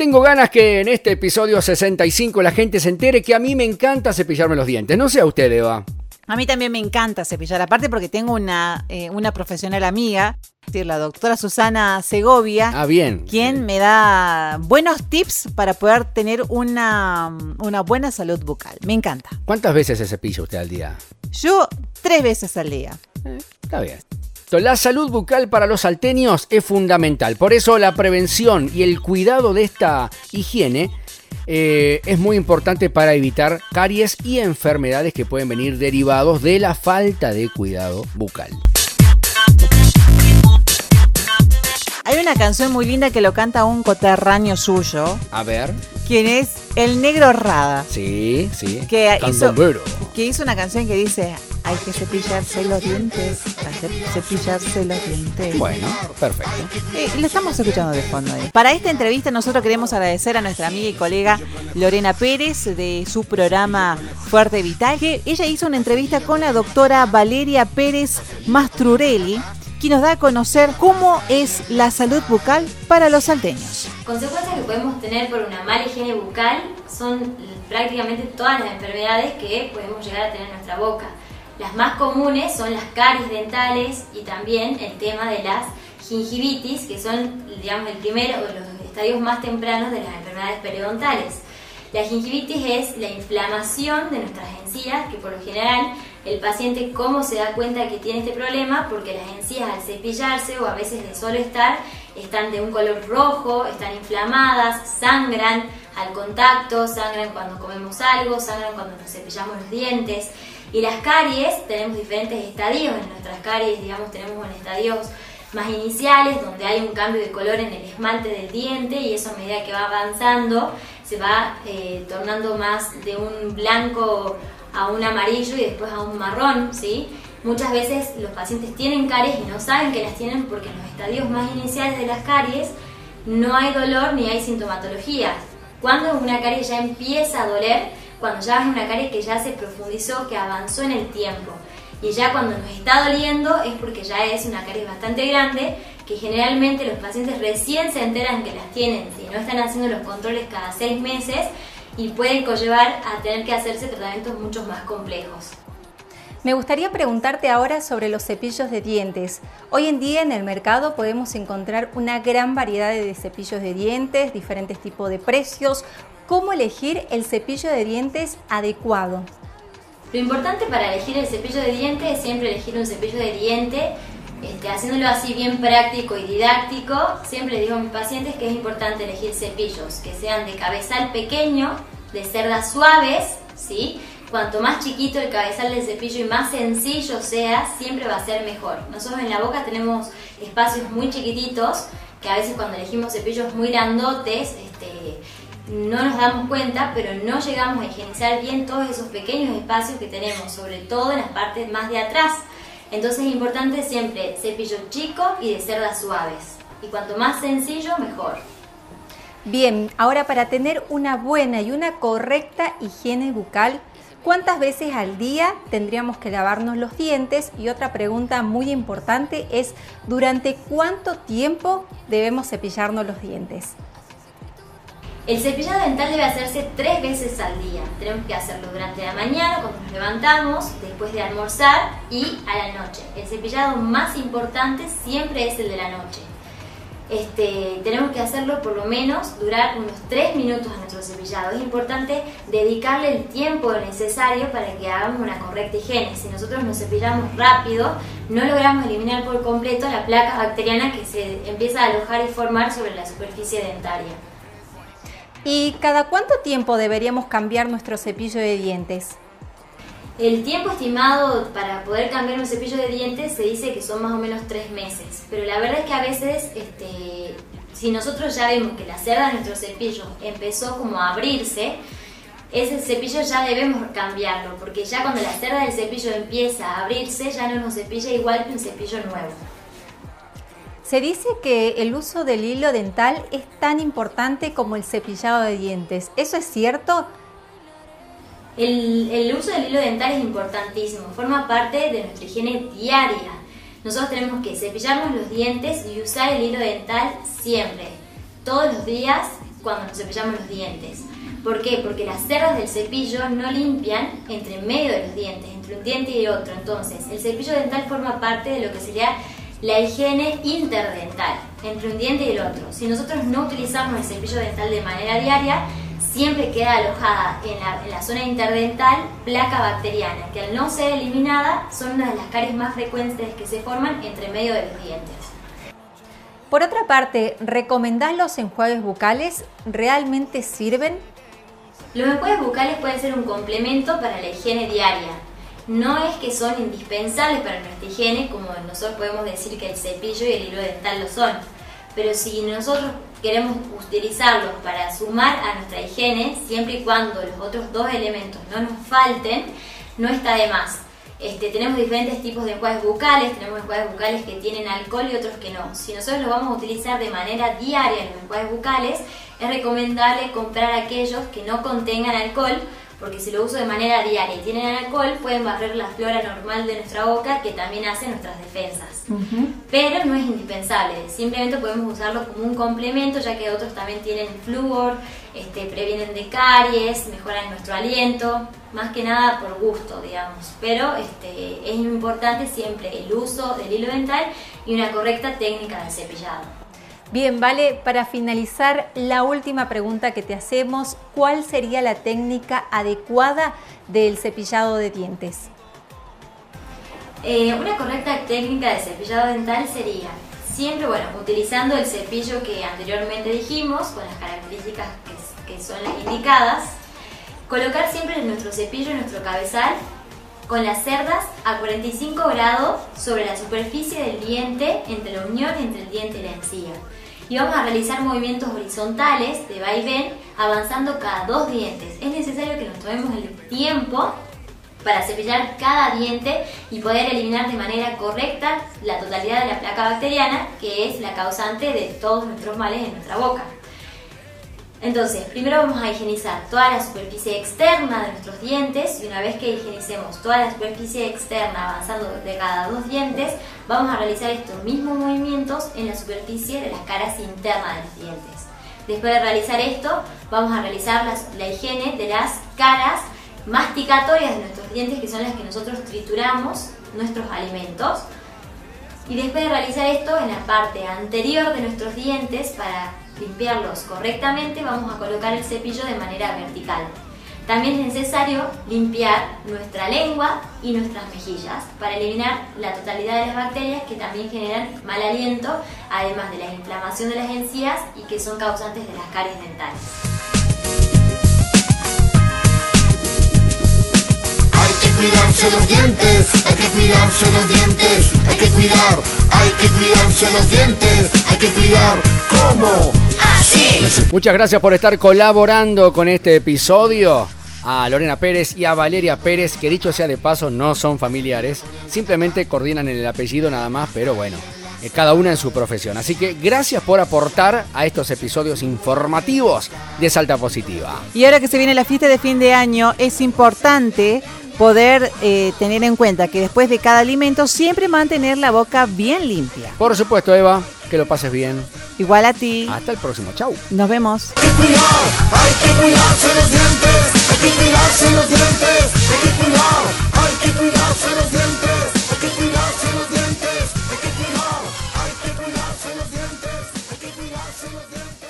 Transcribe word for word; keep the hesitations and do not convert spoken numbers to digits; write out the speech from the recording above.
tengo ganas que en este episodio sesenta y cinco la gente se entere que a mí me encanta cepillarme los dientes. No sé a usted, Eva. A mí también me encanta cepillar, aparte porque tengo una, eh, una profesional amiga, la doctora Susana Segovia, ah, bien. quien bien. me da buenos tips para poder tener una, una buena salud bucal. Me encanta. ¿Cuántas veces se cepilla usted al día? Yo tres veces al día. Eh, está bien. La salud bucal para los salteños es fundamental. Por eso la prevención y el cuidado de esta higiene eh, es muy importante para evitar caries y enfermedades que pueden venir derivados de la falta de cuidado bucal. Hay una canción muy linda que lo canta un coterráneo suyo. A ver. ¿Quién es? El Negro Rada. Sí, sí. Que hizo, que hizo una canción que dice: hay que cepillarse los dientes, hay que cepillarse los dientes. Bueno, perfecto. Eh, lo estamos escuchando de fondo ahí. Para esta entrevista nosotros queremos agradecer a nuestra amiga y colega Lorena Pérez de su programa Fuerte Vital, que ella hizo una entrevista con la doctora Valeria Pérez Mastrurelli, que nos da a conocer cómo es la salud bucal para los salteños. Consecuencias que podemos tener por una mala higiene bucal son prácticamente todas las enfermedades que podemos llegar a tener en nuestra boca. Las más comunes son las caries dentales y también el tema de las gingivitis, que son, digamos, el primero o los estadios más tempranos de las enfermedades periodontales. La gingivitis es la inflamación de nuestras encías, que por lo general el paciente, ¿cómo se da cuenta que tiene este problema? Porque las encías al cepillarse o a veces de solo estar, están de un color rojo, están inflamadas, sangran al contacto, sangran cuando comemos algo, sangran cuando nos cepillamos los dientes. Y las caries, tenemos diferentes estadios en nuestras caries, digamos, tenemos en estadios más iniciales, donde hay un cambio de color en el esmalte del diente y eso a medida que va avanzando se va eh, tornando más de un blanco a un amarillo y después a un marrón, ¿sí? Muchas veces los pacientes tienen caries y no saben que las tienen porque en los estadios más iniciales de las caries no hay dolor ni hay sintomatología. Cuando una caries ya empieza a doler, cuando ya es una caries que ya se profundizó, que avanzó en el tiempo. Y ya cuando nos está doliendo es porque ya es una caries bastante grande, que generalmente los pacientes recién se enteran que las tienen, si no están haciendo los controles cada seis meses y pueden conllevar a tener que hacerse tratamientos mucho más complejos. Me gustaría preguntarte ahora sobre los cepillos de dientes. Hoy en día en el mercado podemos encontrar una gran variedad de cepillos de dientes, diferentes tipos de precios. ¿Cómo elegir el cepillo de dientes adecuado? Lo importante para elegir el cepillo de dientes es siempre elegir un cepillo de diente, este, haciéndolo así bien práctico y didáctico. Siempre digo a mis pacientes que es importante elegir cepillos que sean de cabezal pequeño, de cerdas suaves, ¿sí? Cuanto más chiquito el cabezal del cepillo y más sencillo sea, siempre va a ser mejor. Nosotros en la boca tenemos espacios muy chiquititos, que a veces cuando elegimos cepillos muy grandotes, este, no nos damos cuenta, pero no llegamos a higienizar bien todos esos pequeños espacios que tenemos, sobre todo en las partes más de atrás. Entonces es importante siempre cepillo chico y de cerdas suaves. Y cuanto más sencillo, mejor. Bien, ahora para tener una buena y una correcta higiene bucal, ¿cuántas veces al día tendríamos que lavarnos los dientes? Y otra pregunta muy importante es, ¿durante cuánto tiempo debemos cepillarnos los dientes? El cepillado dental debe hacerse tres veces al día. Tenemos que hacerlo durante la mañana, cuando nos levantamos, después de almorzar y a la noche. El cepillado más importante siempre es el de la noche. Este, tenemos que hacerlo por lo menos durar unos tres minutos a nuestro cepillado. Es importante dedicarle el tiempo necesario para que hagamos una correcta higiene. Si nosotros nos cepillamos rápido, no logramos eliminar por completo la placa bacteriana que se empieza a alojar y formar sobre la superficie dentaria. ¿Y cada cuánto tiempo deberíamos cambiar nuestro cepillo de dientes? El tiempo estimado para poder cambiar un cepillo de dientes se dice que son más o menos tres meses, pero la verdad es que a veces, este, si nosotros ya vemos que la cerda de nuestro cepillo empezó como a abrirse, ese cepillo ya debemos cambiarlo, porque ya cuando la cerda del cepillo empieza a abrirse ya no nos cepilla igual que un cepillo nuevo. Se dice que el uso del hilo dental es tan importante como el cepillado de dientes. ¿Eso es cierto? El, el uso del hilo dental es importantísimo, forma parte de nuestra higiene diaria. Nosotros tenemos que cepillarnos los dientes y usar el hilo dental siempre, todos los días cuando nos cepillamos los dientes. ¿Por qué? Porque las cerdas del cepillo no limpian entre medio de los dientes, entre un diente y otro. Entonces, el cepillo dental forma parte de lo que sería la higiene interdental, entre un diente y el otro. Si nosotros no utilizamos el cepillo dental de manera diaria, siempre queda alojada en la, en la zona interdental placa bacteriana, que al no ser eliminada son una de las caries más frecuentes que se forman entre medio de los dientes. Por otra parte, ¿recomendás los enjuagues bucales? ¿Realmente sirven? Los enjuagues bucales pueden ser un complemento para la higiene diaria. No es que son indispensables para nuestra higiene, como nosotros podemos decir que el cepillo y el hilo dental lo son. Pero si nosotros queremos utilizarlos para sumar a nuestra higiene, siempre y cuando los otros dos elementos no nos falten, no está de más. Este, tenemos diferentes tipos de enjuagues bucales, tenemos enjuagues bucales que tienen alcohol y otros que no. Si nosotros los vamos a utilizar de manera diaria los enjuagues bucales, es recomendable comprar aquellos que no contengan alcohol, porque si lo uso de manera diaria y tienen alcohol, pueden barrer la flora normal de nuestra boca, que también hace nuestras defensas. Uh-huh. Pero no es indispensable, simplemente podemos usarlo como un complemento, ya que otros también tienen flúor, este, previenen de caries, mejoran nuestro aliento, más que nada por gusto, digamos. Pero este, es importante siempre el uso del hilo dental y una correcta técnica de cepillado. Bien, Vale, para finalizar, la última pregunta que te hacemos, ¿cuál sería la técnica adecuada del cepillado de dientes? Eh, una correcta técnica de cepillado dental sería, siempre, bueno, utilizando el cepillo que anteriormente dijimos, con las características que, que son las indicadas, colocar siempre nuestro cepillo en nuestro cabezal, con las cerdas a cuarenta y cinco grados sobre la superficie del diente, entre la unión entre el diente y la encía. Y vamos a realizar movimientos horizontales de vaivén avanzando cada dos dientes. Es necesario que nos tomemos el tiempo para cepillar cada diente y poder eliminar de manera correcta la totalidad de la placa bacteriana, que es la causante de todos nuestros males en nuestra boca. Entonces, primero vamos a higienizar toda la superficie externa de nuestros dientes, y una vez que higienicemos toda la superficie externa avanzando de cada dos dientes, vamos a realizar estos mismos movimientos en la superficie de las caras internas de los dientes. Después de realizar esto, vamos a realizar las, la higiene de las caras masticatorias de nuestros dientes, que son las que nosotros trituramos nuestros alimentos. Y después de realizar esto, en la parte anterior de nuestros dientes, para limpiarlos correctamente, vamos a colocar el cepillo de manera vertical. También es necesario limpiar nuestra lengua y nuestras mejillas para eliminar la totalidad de las bacterias que también generan mal aliento, además de la inflamación de las encías y que son causantes de las caries dentales. Hay que cuidarse los dientes, hay que cuidarse los dientes, hay que cuidar, hay que cuidarse los dientes, hay que cuidar, ¿cómo? Así. Muchas gracias por estar colaborando con este episodio. A Lorena Pérez y a Valeria Pérez, que dicho sea de paso no son familiares, simplemente coordinan el apellido nada más, pero bueno, cada una en su profesión. Así que gracias por aportar a estos episodios informativos de Salta Positiva. Y ahora que se viene la fiesta de fin de año, es importante poder eh, tener en cuenta que después de cada alimento siempre mantener la boca bien limpia. Por supuesto, Eva, que lo pases bien. Igual a ti. Hasta el próximo, chau. Nos vemos. Hay que cuidar, hay que cuidarse los dientes, hay que cuidarse los dientes, hay que cuidar, hay que cuidarse los dientes, hay que cuidarse los dientes, hay que cuidar, hay que cuidarse los dientes, hay que cuidarse los dientes.